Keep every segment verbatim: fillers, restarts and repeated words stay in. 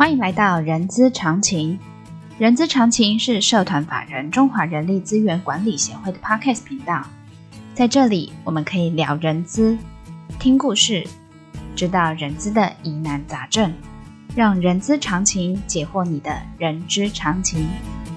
欢迎来到人资常情。人资常情是社团法人中华人力资源管理协会的 Podcast 频道，在这里我们可以聊人资，听故事，知道人资的疑难杂症，让人资常情解惑你的人之常情。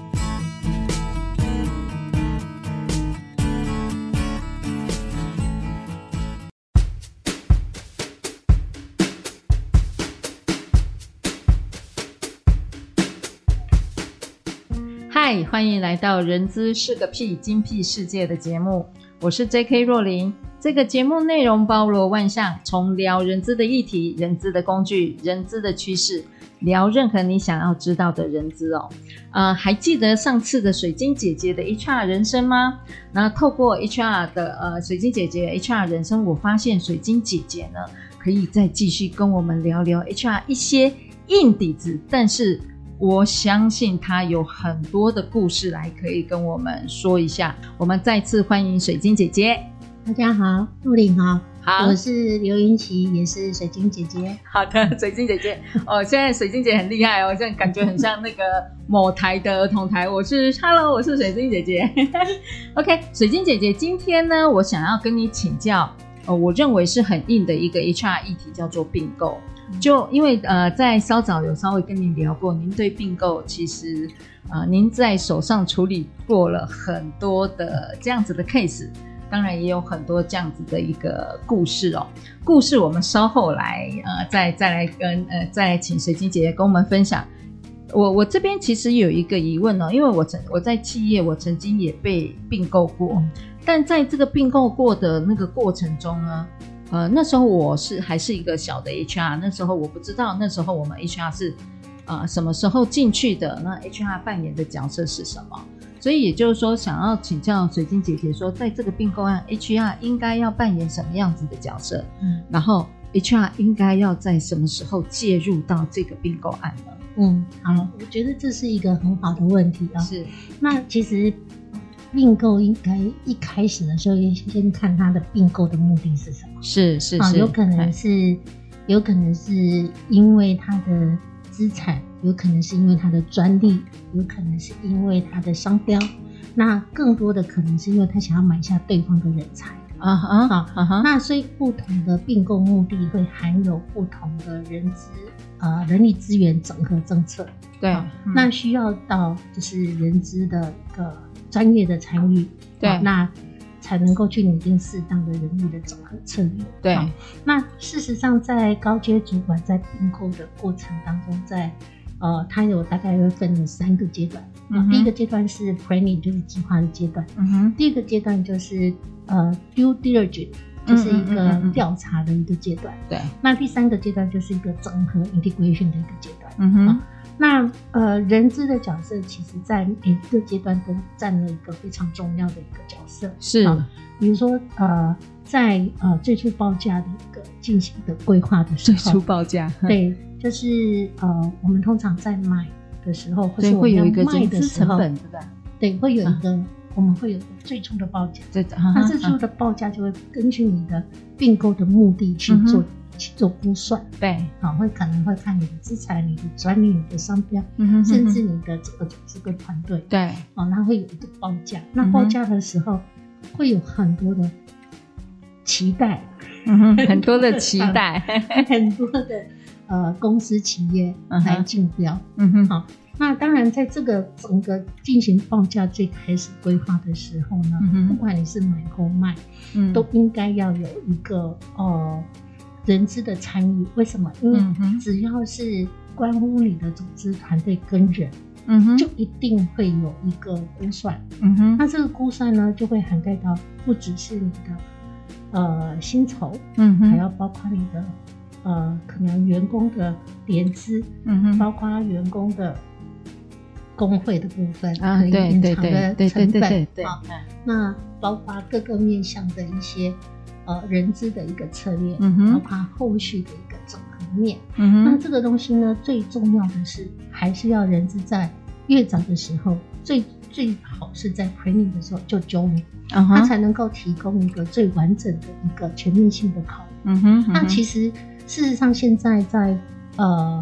嗨，欢迎来到人资是个屁精辟世界的节目，我是 J K 若琳。这个节目内容包罗万象，从聊人资的议题、人资的工具、人资的趋势，聊任何你想要知道的人资哦。呃，还记得上次的水晶姐姐的 H R 人生吗？那透过 H R 的呃水晶姐姐 H R 人生，我发现水晶姐姐呢可以再继续跟我们聊聊 H R 一些硬底子，但是我相信他有很多的故事来可以跟我们说一下。我们再次欢迎水晶姐姐。 大家好，若琳好， 好， 我是刘云琪，也是水晶姐姐。 好的，水晶姐姐哦，现在水晶姐很厉害哦，现在感觉很像那个某台的儿童台。我是 Hello， 我是水晶姐姐。OK， 水晶姐姐，今天呢，我想要跟你请教，呃，我认为是很硬的一个 H R 议题，叫做并购。就因为呃，在稍早有稍微跟您聊过，您对并购其实呃，您在手上处理过了很多的这样子的 case， 当然也有很多这样子的一个故事哦。故事我们稍后来呃，再再来跟呃，再来请水晶姐姐跟我们分享。我我这边其实有一个疑问哦，因为我曾我在企业我曾经也被并购过，但在这个并购过的那个过程中呢。呃，那时候我是还是一个小的 H R， 那时候我不知道那时候我们 H R 是呃什么时候进去的，那 H R 扮演的角色是什么，所以也就是说想要请教水晶姐姐说，在这个并购案 H R 应该要扮演什么样子的角色，嗯，然后 H R 应该要在什么时候介入到这个并购案呢？ 嗯，好，我觉得这是一个很好的问题啊、哦。 是， 那其实并购应该一开始的时候先看它的并购的目的是什么。 是是是、 啊、有可能是有可能是因为它的资产，有可能是因为它的专利，有可能是因为它的商标，那更多的可能是因为他想要买下对方的人才啊哈啊啊哈。那所以不同的并购目的会含有不同的人资呃人力资源整合政策。 对、 嗯，那需要到就是人资的一个专业的参与， 对、 啊，那才能够去拟定适当的人力的整合策略。 对、 啊，那事实上在高阶主管在并购的过程当中，在呃，它有大概会分了三个阶段。嗯、第一个阶段是 planning， 就是计划的阶段。嗯哼。第二个阶段就是呃 due diligence， 就是一个调查的一个阶段。对、嗯嗯嗯嗯。那第三个阶段就是一个整合 integration 的一个阶段。嗯哼。啊，那呃，人资的角色其实在每一个阶段都占了一个非常重要的一个角色。是、啊，比如说呃，在呃最初报价的一个进行的规划的时候， 最初报价， 对，就是呃，我们通常在买的时候，或是我们要卖的时候， 对，会有一个融资成本，对吧？ 对，会有一个、啊、我们会有一个最初的报价。对的，那最初的报价就会根据你的并购的目的去做。嗯去做估算，对，好，会可能会看你的资产、你的专利、你的商标，嗯哼哼哼，甚至你的这个组织跟团队，对，哦，那会有一个报价。那报价的时候、嗯、会有很多的期待， 嗯哼，很多的期待， 很多的呃公司企业来竞标，嗯哼，好。那当然，在这个整个进行报价最开始规划的时候呢，嗯、不管你是买或卖，嗯，都应该要有一个呃。人资的参与，为什么？因为只要是关乎你的组织团队跟人，嗯哼，就一定会有一个估算，嗯哼，那这个估算呢，就会涵盖到不只是你的呃薪酬，嗯哼，还要包括你的呃可能员工的联资，嗯哼，包括员工的工会的部分啊，对对对对对对对，好，那包括各个面向的一些。呃，人资的一个策略，嗯、包括后续的一个整合面。嗯、那这个东西呢，最重要的是还是要人资在越早的时候，最最好是在 planning 的时候就 join， 它才能够提供一个最完整的一个全面性的考虑。嗯哼，嗯哼那其实事实上现在在呃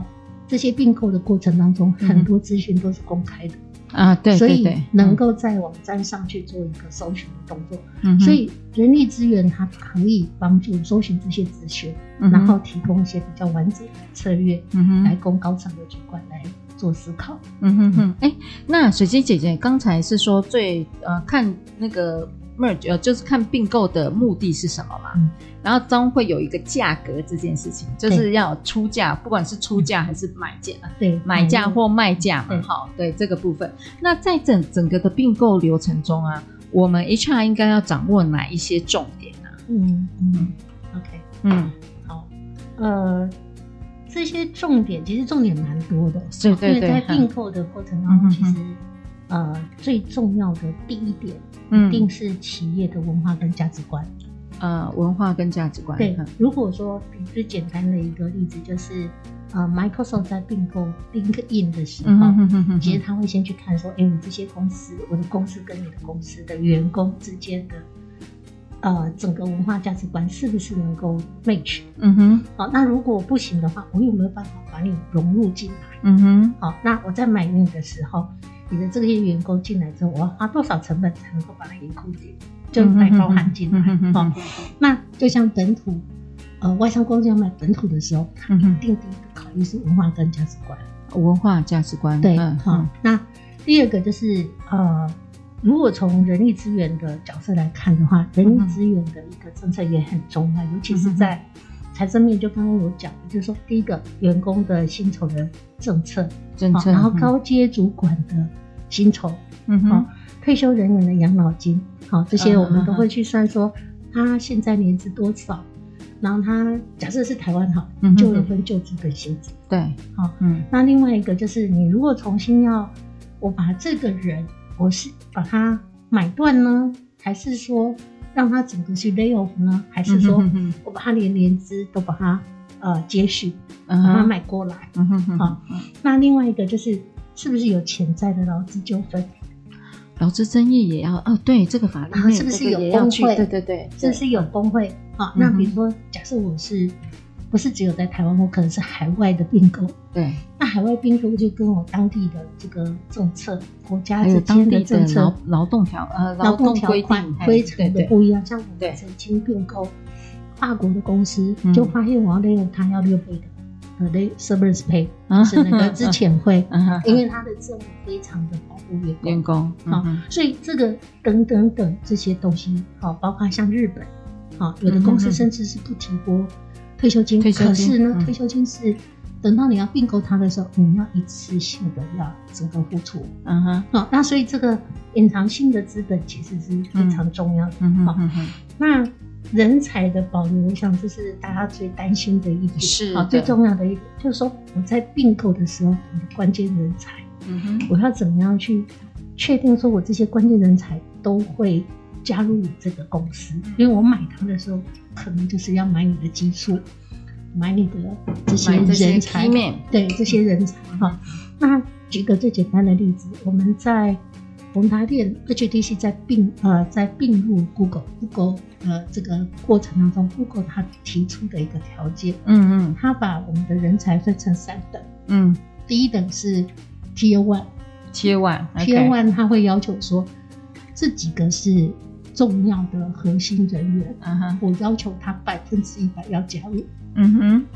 这些并购的过程当中， 嗯、 很多资讯都是公开的啊，对对对， 所以能够在网站上去做一个搜寻的动作。 嗯、 所以人力资源它可以帮助搜寻这些资讯， 嗯、 然后提供一些比较完整的策略， 嗯、 来供高层的主管来做思考。 嗯哼哼，哎，那水晶姐姐刚才是说最呃看那个 merge 呃就是看并购的目的是什么嘛？嗯、然后当会有一个价格这件事情，就是要出价，不管是出价还是买价， 对， 买价或卖价嘛，好，对这个部分。那在整整个的并购流程中啊，我们 H R 应该要掌握哪一些重点啊？ 嗯嗯 ，OK， 嗯， 好，呃。这些重点其实重点蛮多的， 对对对， 因为在并购的过程当中，其实、嗯、呃最重要的第一点， 嗯， 一定是企业的文化跟价值观。 呃，文化跟价值观。 对，如果说最简单的一个例子就是，呃 ，Microsoft 在并购 LinkedIn 的时候， 嗯、哼哼哼其实他会先去看说，哎，我这些公司，我的公司跟你的公司的员工之间的。呃，整个文化价值观是不是能够 match？ 嗯哼， 好，那如果不行的话，我有没有办法把你融入进来？ 嗯哼， 好，那我在买你的时候，你的这些员工进来之后，我要花多少成本才能够把它 include， 就来包含进来？ 嗯、 好，那就像本土，呃，外商公司要买本土的时候，他一定第一个考虑是文化跟价值观。 文化价值观， 对，好、嗯，那第二个就是呃。如果从人力资源的角色来看的话，人力资源的一个政策也很重要，嗯、尤其是在财政面，就刚刚有讲的，就是说第一个员工的薪酬的政策， 政策， 然后高阶主管的薪酬， 嗯哼， 退休人员的养老金，好，这些我们都会去算说他现在年资多少，然后他假设是台湾好， 嗯、 就有分就职跟薪资， 对， 好，嗯，那另外一个就是你如果重新要我把这个人。我是把它买断呢，还是说让它整个去 lay off 呢？还是说我把它连年资都把它呃接续，把它买过来？ 嗯哼哼好，那另外一个就是是不是有潜在的劳资纠纷？ 劳资争议也要哦，对，这个法律是不是有工会？ 对对对， 是不是有工会？好，那比如说，假设我是。不是只有在台湾，我可能是海外的并购。 对， 那海外并购就跟我当地的这个政策、国家之间的政策、 劳劳动条呃劳动条款非常的不一样。像我们曾经并购法国的公司，就发现我要利用它要六倍的呃 severance pay， 就是那个资遣费，因为它的政府非常的保护员工。 员工， 好，所以这个等等等这些东西，好，包括像日本，好，有的公司甚至是不提拨。退休金， 退休金可是呢， 嗯、 退休金是等到你要并购它的时候，你要一次性的要整个付出。 嗯哼， 好，那所以这个隐藏性的资本其实是非常重要的。 嗯哼嗯哼， 那人才的保留，我想这是大家最担心的一点， 是好最重要的一点，就是说我在并购的时候，我的关键人才， 嗯哼， 我要怎么样去确定说我这些关键人才都会加入你这个公司，因为我买它的时候，可能就是要买你的技术，买你的这些人才，对这些人才哈。那举个最简单的例子，我们在宏达电 H T C 在并呃在并入 Google Google 呃这个过程当中 ，Google 它提出的一个条件， 嗯嗯， 它把我们的人才分成三等， 嗯， 第一等是 Tier One，Tier One，Tier One 它会要求说这几个是重要的核心人员， 嗯哼， 我要求他百分之一百要加入。 嗯哼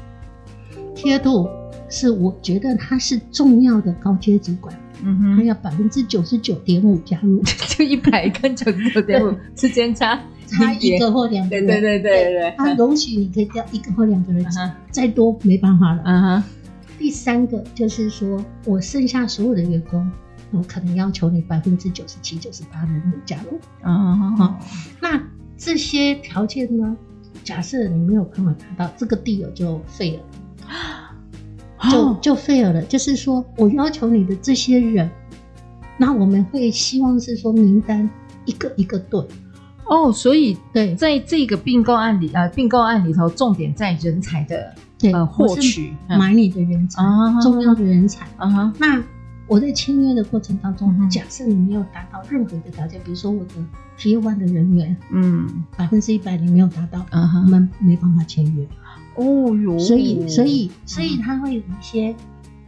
，Tier Two 是我觉得他是重要的高阶主管， 嗯哼， 他要百分之九十九点五加入， 就一百跟九十九点五之间差差一个或两个人， 对对对对对， 他容许你可以调一个或两个人， uh-huh. 再多没办法了。 嗯哼， 第三个就是说我剩下所有的员工。我可能要求你百分之九十七、九十八的人加入。 哦、 oh. 那这些条件呢？假设你没有办法达到，这个 deal 就废了，就就废了。就是说我要求你的这些人，那我们会希望是说名单一个一个对。 哦、oh, ，所以对， 在这个并购案里，呃，并购案里头，重点在人才的呃获取， 买你的人才，嗯、重要的人才。 嗯哼， 那。我在签约的过程当中，嗯、假设你没有达到任何一个条件，比如说我的 Tier One 的人员，嗯，百分之一百你没有达到，嗯哼，我们没办法签约。 哦哟， 所以所以所以它会有一些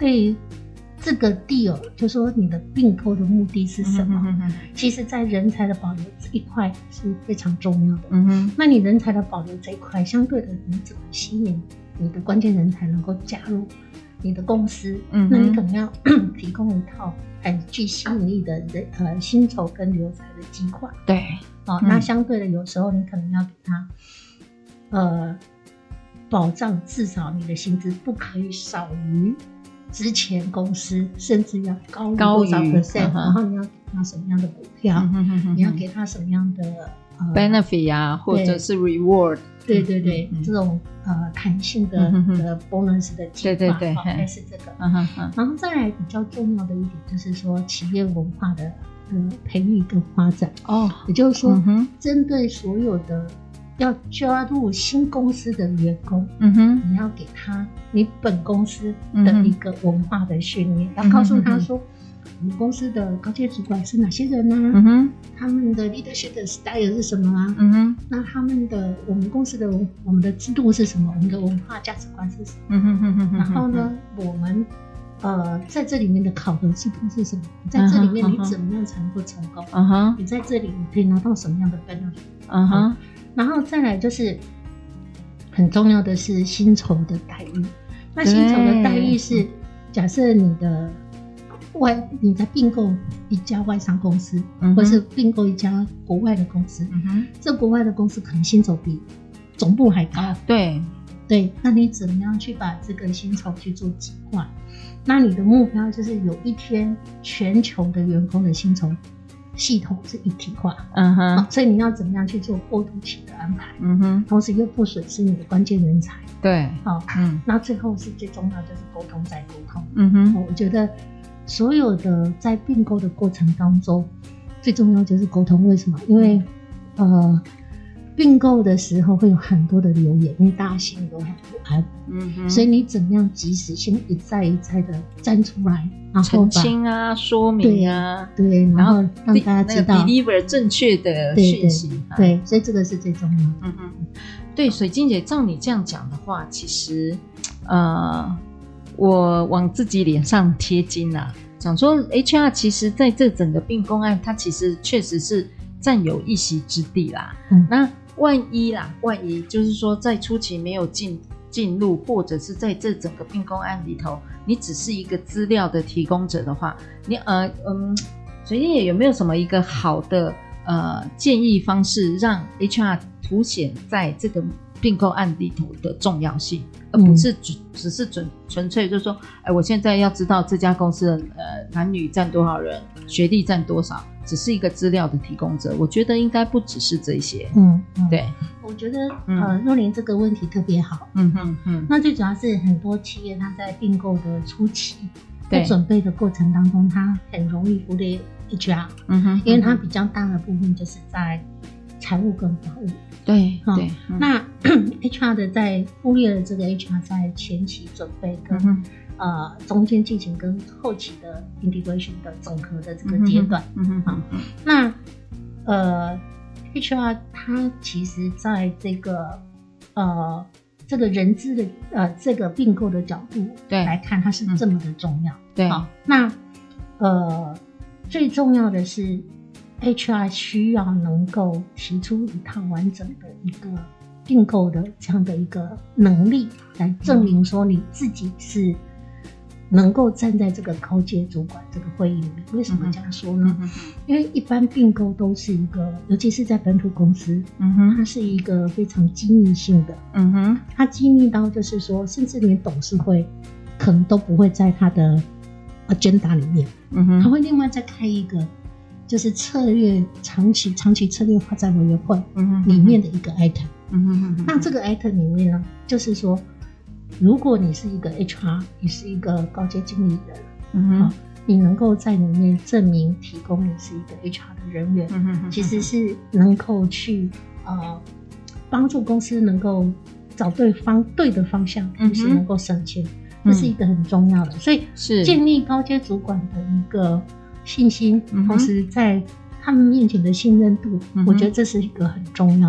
对这个 deal， 就说你的并购的目的是什么？嗯、哼哼其实，在人才的保留这一块是非常重要的。嗯哼，那你人才的保留这一块，相对的，你怎么吸引你的关键人才能够加入你的公司？嗯，那你可能要提供一套很具吸引力的人呃薪酬跟留才的计划。 对， 哦，嗯、那相对的，有时候你可能要给他呃保障，至少你的薪资不可以少于之前公司，甚至要高于多少 percent，、嗯、然后你要给他什么样的股票，嗯、哼哼哼你要给他什么样的、呃、 benefit 啊，或者是 reward， 对对对，嗯、这种呃弹性的、嗯、的 bonus 的计划，对对对，哦、类似这个、嗯哼哼。然后再来比较重要的一点就是说企业文化的呃培育跟发展哦，也就是说，嗯、针对所有的要加入新公司的员工，嗯哼，你要给他你本公司的一个文化的训练，嗯、要告诉他说，我们公司的高阶主管是哪些人呢、啊？嗯哼，他们的 leadership 的 style 是什么啊？嗯哼，那他们的我们公司的我们的制度是什么？我们的文化价值观是什么？嗯哼哼哼哼。然后呢，我们呃在这里面的考核制度是什么？在这里面你怎么样才能够成功？嗯哼，你在这里你可以拿到什么样的 benefit？嗯哼。然后再来就是很重要的是薪酬的待遇。那薪酬的待遇是，假设你的外你在并购一家外商公司，嗯、或是并购一家国外的公司，嗯、哼这国外的公司可能薪酬比总部还高。啊、对对，那你怎么样去把这个薪酬去做计划？那你的目标就是有一天全球的员工的薪酬系统是一体化，嗯哼、哦，所以你要怎么样去做过渡期的安排，嗯哼，同时又不损失你的关键人才，对，好、哦，嗯，那最后是最重要就是沟通再沟通，嗯哼、哦，我觉得所有的在并购的过程当中，最重要就是沟通。为什么？因为呃，并购的时候会有很多的流言，因为大家心里都很不安，嗯哼，所以你怎么样及时先一再一再的站出来，然后澄清啊，说明啊， 对，对然后让大家知道、 那個、deliver 正确的讯息， 对，对，对，所以这个是最重要的。 嗯哼，对，水晶姐，照你这样讲的话，其实呃，我往自己脸上贴金啊，讲说 H R 其实在这整个并购案，它其实确实是占有一席之地啦。嗯，那万一啦，万一就是说在初期没有进进入，或者是在这整个并购案里头，你只是一个资料的提供者的话，你呃嗯，水晶姐有没有什么一个好的呃建议方式，让 H R 凸显在这个并购案里头的重要性，而不是只只是纯纯粹就是说，哎，我现在要知道这家公司的呃男女占多少人，学历占多少，只是一个资料的提供者。我觉得应该不只是这些。嗯，嗯对， 我觉得呃，若琳这个问题特别好。嗯哼嗯。那最主要是很多企业它在并购的初期，在准备的过程当中，它很容易忽略 H R。嗯哼，因为它比较大的部分就是在财务跟法务。 对对、 嗯，那 H R 的在忽略了这个 H R 在前期准备跟、嗯、呃中间进行跟后期的 integration 的整合的这个阶段，嗯哼，好、嗯，那呃 H R 它其实在这个呃这个人资的呃这个并购的角度来看，它是这么的重要，对，好，那呃最重要的是。H R 需要能够提出一套完整的一个并购的这样的一个能力，来证明说你自己是能够站在这个高阶主管这个会议里面。为什么这样说呢？嗯、因为一般并购都是一个，尤其是在本土公司，嗯、哼它是一个非常机密性的，嗯哼，它机密到就是说，甚至连董事会可能都不会在它的 agenda 里面，嗯哼，它会另外再开一个。就是策略长期长期策略发展委员会里面的一个 item，、嗯、哼哼哼那这个 item 里面呢，就是说，如果你是一个 H R， 你是一个高阶经理人，嗯哼哦、你能够在里面证明提供你是一个 H R 的人员，嗯哼哼哼其实是能够去呃帮助公司能够找对方对的方向，同时能够省钱，嗯、这是一个很重要的，所以是建立高阶主管的一个。信心，同时在他们面前的信任度，嗯、我觉得这是一个很重要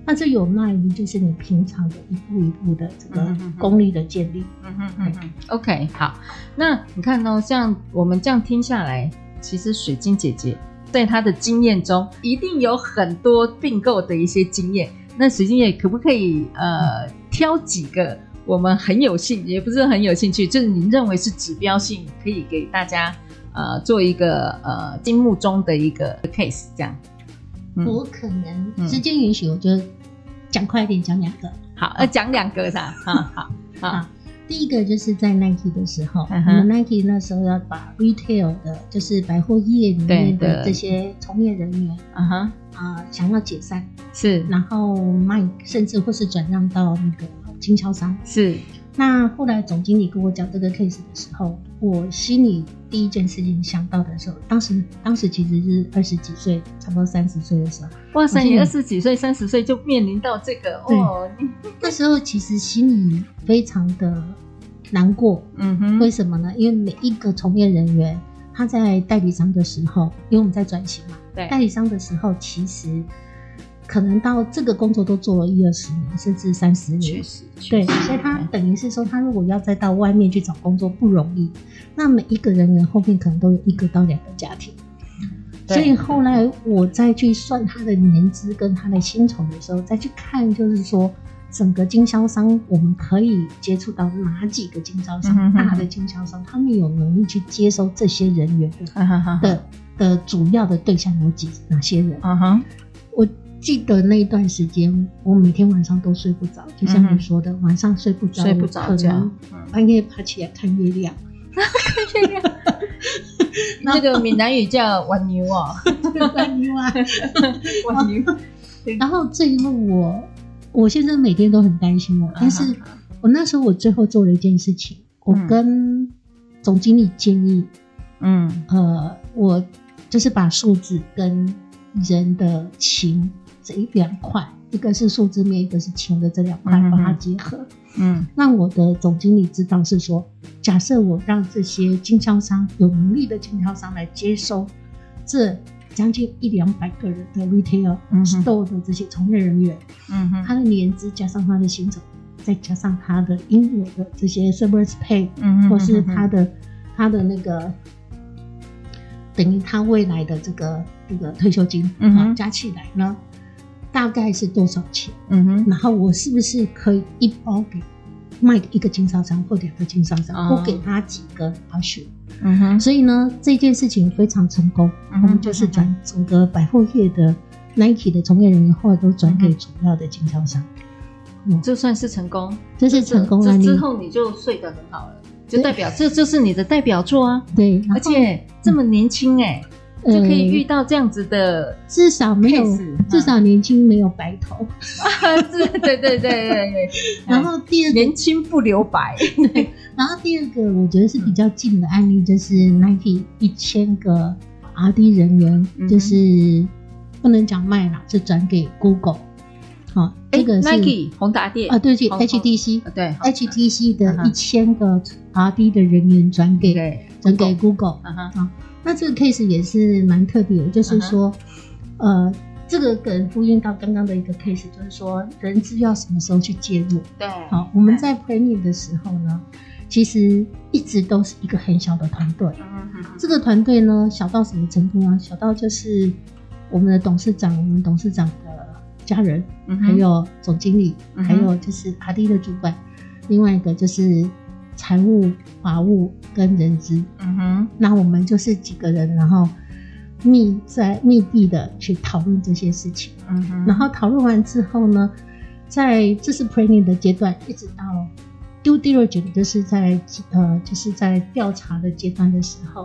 那这有赖于就是你平常的一步一步的这个功力的建立。 嗯哼嗯哼 OK 好，那你看哦，像我们这样听下来，其实水晶姐姐在她的经验中一定有很多并购的一些经验，那水晶姐可不可以呃挑几个我们很有兴也不是很有兴趣，就是您认为是指标性可以给大家呃做一个呃心目中的一个 case 这样。 嗯、我可能时间允许，我就讲快一点，讲两个。 好，呃，讲两个是吧？好好好。好， 第一个就是在 Nike 的时候，我们 Nike 那时候要把 retail 的，就是百货业里面的这些从业人员，啊哈，啊，想要解散， 是， 然后卖，甚至或是转让到那个经销商， 是。 那后来总经理跟我讲这个 case 的时候，我心里第一件事情想到的时候，当时当时其实是二十几岁，差不多三十岁的时候。 哇塞，你二十几岁、三十岁就面临到这个哦。 那时候其实心里非常的难过。嗯哼。为什么呢？因为每一个从业人员，他在代理商的时候，因为我们在转型嘛，对，代理商的时候其实。可能到这个工作都做了一二十年，甚至三十年， 确实， 对，所以他等于是说，他如果要再到外面去找工作不容易。那每一个人员后面可能都有一个到两个家庭，所以后来我再去算他的年资跟他的薪酬的时候，再去看，就是说整个经销商我们可以接触到哪几个经销商，嗯、大的经销商，他们有能力去接收这些人员的、嗯、的, 的主要的对象有几哪些人？嗯哼，我。记得那一段时间，我每天晚上都睡不着，就像你说的，嗯、晚上睡不着， 睡不着觉， 半夜爬起来看月亮， 看月亮。那个闽南语叫晚牛哦， 晚牛啊， 晚牛。 然后最后我，我先生每天都很担心我，但是我那时候我最后做了一件事情，我跟总经理建议，嗯，呃，我就是把数字跟人的情。这一两块，一个是数字面，一个是情的这两块，把它结合。嗯，让我的总经理知道是说，假设我让这些经销商有能力的经销商来接收这将近一两百个人的 retail、嗯、store 的这些从业人员，嗯哼，他的年资加上他的薪酬，再加上他的应有的这些 service pay， 嗯，或是他的他的那个。等于他未来的这个这个退休金，嗯哼，加起来呢，大概是多少钱？嗯哼，然后我是不是可以一包给卖给一个经销商或两个经销商，哦、或给他几个 option？ 嗯哼，所以呢，这件事情非常成功，嗯、我们就是转整个百货业的 Nike 的从业人员，后来都转给主要的经销商。 嗯，这算是成功， 这是成功案例。 之后你就睡得很好了。就代表这就是你的代表作啊， 对， 而且这么年轻哎、欸嗯，就可以遇到这样子的 case， 至少没有，至少年轻没有白头， 啊、是，对对对对对。 然后第二个年轻不留白， 对。然后第二个我觉得是比较近的案例，就是 Nike 一千个 R D 人员，嗯、就是不能讲卖啦，是转给 Google。好、哦，这个是 Nike 宏达电啊，对对 ，H T C， 对 ，H T C 的一千个 R D 的人员转给、uh-huh. 转给 Google， 啊哈、uh-huh. 哦，那这个 case 也是蛮特别的，就是说， uh-huh. 呃，这个跟呼应到刚刚的一个 case， 就是说人资要什么时候去介入？ 对， 好、哦，我们在 planning 的时候呢，其实一直都是一个很小的团队，uh-huh. 这个团队呢，小到什么程度呢？小到就是我们的董事长，我们董事长的家人，嗯、还有总经理、嗯，还有就是 R D 的主管，另外一个就是财务、法务跟人资。嗯哼，那我们就是几个人，然后密在密闭的去讨论这些事情。嗯哼，然后讨论完之后呢，在这是 planning 的阶段，一直到 due diligence， 就是在呃就是在调查的阶段的时候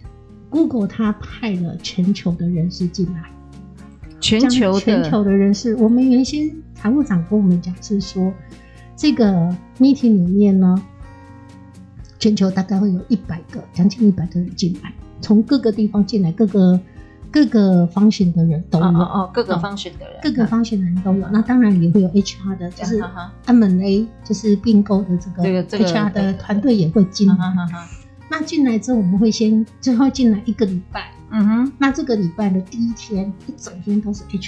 ，Google 它派了全球的人士进来。 全球的全球的人士，我们原先财务长跟我们讲是说，这个 meeting 里面呢，全球大概会有一百个，将近一百个人进来，从各个地方进来，各个各个function的人都有， 哦哦，各个function的人， 各个function的人都有。那当然也会有 H R 的，就是 M and A， 就是并购的这个 H R 的团队也会进来。那进来之后，我们会先最后进来一个礼拜。嗯哼，那这个礼拜的第一天一整天都是 H R，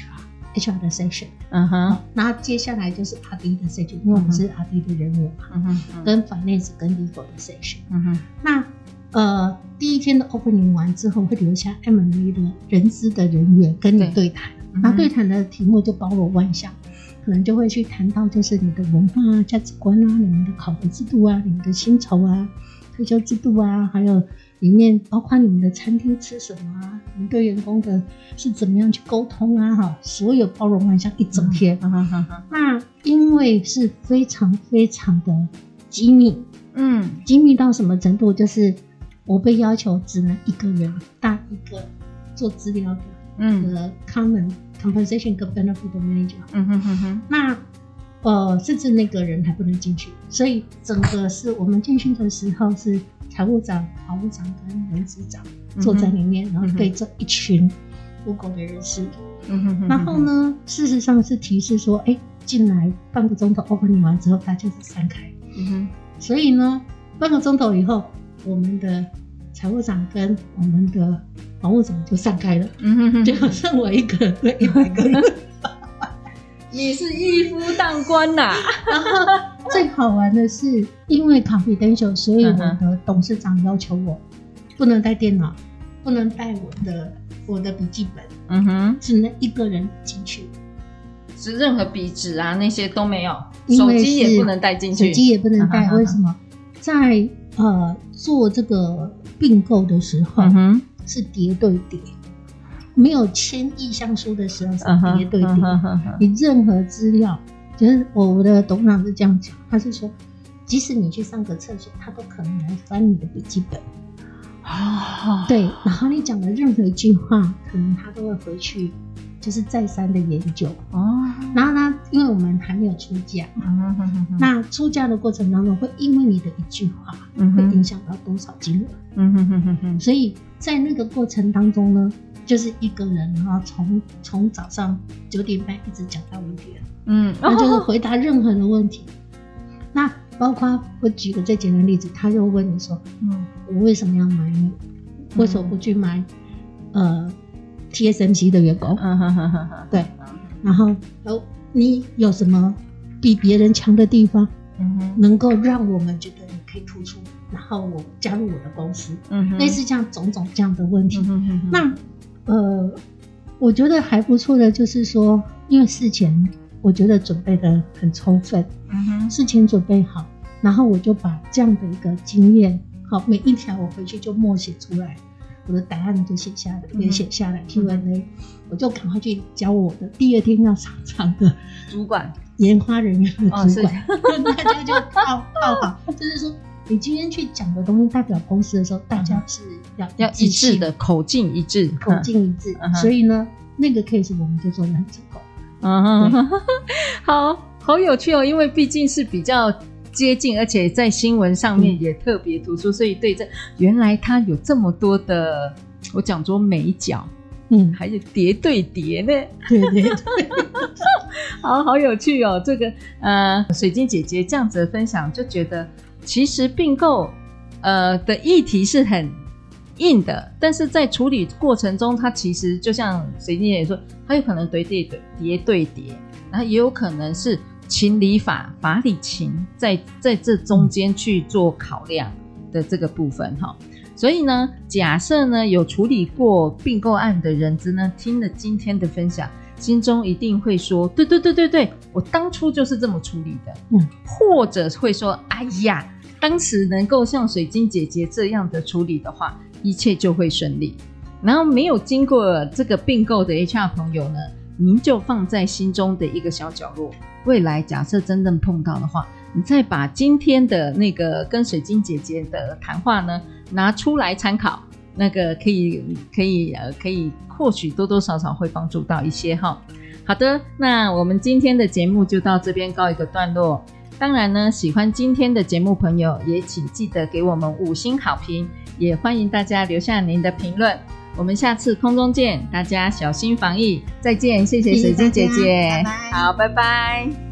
H R 的 section， 嗯哼， 那接下来就是 R D 的 section， 因为我们是 R D 的人员嘛，嗯哼，跟 finance 跟 legal 的 section， 嗯哼，那呃第一天的 opening 完之后，会留下 M and A 的人资的人员跟你对谈，那对谈的题目就包罗万象，可能就会去谈到就是你的文化啊、价值观啊、你们的考核制度啊、你们的薪酬啊、退休制度啊，还有里面包括你们的餐厅吃什么啊，你们对员工的是怎么样去沟通啊，哈，所有包罗万象一整天。嗯嗯嗯嗯、那因为是非常非常的机密，嗯，机密到什么程度？就是我被要求只能一个人带一个做资料的，嗯，的 common compensation 跟 benefit 的 manager， 嗯哼哼哼，那呃，甚至那个人还不能进去，所以整个是我们进去的时候是财务长、法务长跟人资长坐在里面，嗯、然后对这一群 Google 的人士，嗯哼哼，然后呢，事实上是提示说，哎，进来半个钟头 opening 完之后，大家就散开，嗯哼，所以呢，半个钟头以后，我们的财务长跟我们的法务长就散开了，嗯哼哼，结果剩我一个人对一百个人。 你是一夫当关呐、啊！ 然后最好玩的是，因为 confidential， 所以我的董事长要求我不能带电脑，不能带我的我的笔记本，嗯哼，只能一个人进去， 是任何笔纸啊那些都没有，手机也不能带进去， 手机也不能带。为什么？在呃做这个并购的时候，嗯哼，是叠对叠。没有签意向书的时候是叠对叠， uh-huh, uh-huh, uh-huh. 你任何资料，就是我的董事长是这样讲，他是说，即使你去上个厕所，他都可能来翻你的笔记本。Oh. 对，然后你讲的任何一句话，可能他都会回去，就是再三的研究。哦、oh. ，然后呢，因为我们还没有出价， uh-huh, uh-huh. 那出价的过程当中，会因为你的一句话， uh-huh. 会影响到多少金额？嗯哼哼哼哼。所以在那个过程当中呢。就是一个人，然后从从早上九点半一直讲到五点，嗯，那就是回答任何的问题。哦、那包括我举个最简单的例子，他就问你说，嗯，我为什么要买你？为什么不去买、嗯、呃 T S M C 的员工？嗯哼哼哼哼，对，然后哦，你有什么比别人强的地方？嗯哼，能够让我们觉得你可以突出，然后我加入我的公司，嗯哼，类似这样种种这样的问题，嗯哼哼哼，那。呃，我觉得还不错的就是说，因为事前我觉得准备的很充分，嗯哼，事前准备好，然后我就把这样的一个经验，好，每一条我回去就默写出来，我的答案就写下来，也写下来 Q and A， 我就赶快去教我的第二天要上场的主管、 研发人员的主管，哦、大家就套套好，就是说。你今天去讲的东西代表公司的时候，大家是要要一致的，口径一致， 口径一致。嗯、所以呢，那个 case 我们就做得很成功。 嗯，好好有趣哦，因为毕竟是比较接近，而且在新闻上面也特别突出，嗯、所以对这原来它有这么多的，我讲说美角，嗯，还有叠对叠呢， 对对对， 好好有趣哦。这个呃，水晶姐姐这样子的分享，就觉得。其实并购呃的议题是很硬的，但是在处理过程中，它其实就像水晶姐说，它有可能对对对叠对叠，然后也有可能是情理法法理情在在这中间去做考量的这个部分哈。所以呢，假设呢有处理过并购案的人资呢，听了今天的分享，心中一定会说，对对对对对，我当初就是这么处理的，嗯，或者会说，哎呀，当时能够像水晶姐姐这样的处理的话，一切就会顺利。然后没有经过这个并购的 H R 朋友呢，您就放在心中的一个小角落，未来假设真正碰到的话，你再把今天的那个跟水晶姐姐的谈话呢拿出来参考，那个可以可以呃可以或许多多少少会帮助到一些哈。好的，那我们今天的节目就到这边告一个段落。当然呢，喜欢今天的节目朋友也请记得给我们五星好评，也欢迎大家留下您的评论。我们下次空中见，大家小心防疫，再见，谢谢水晶姐姐， 谢谢大家，拜拜。 好，拜拜。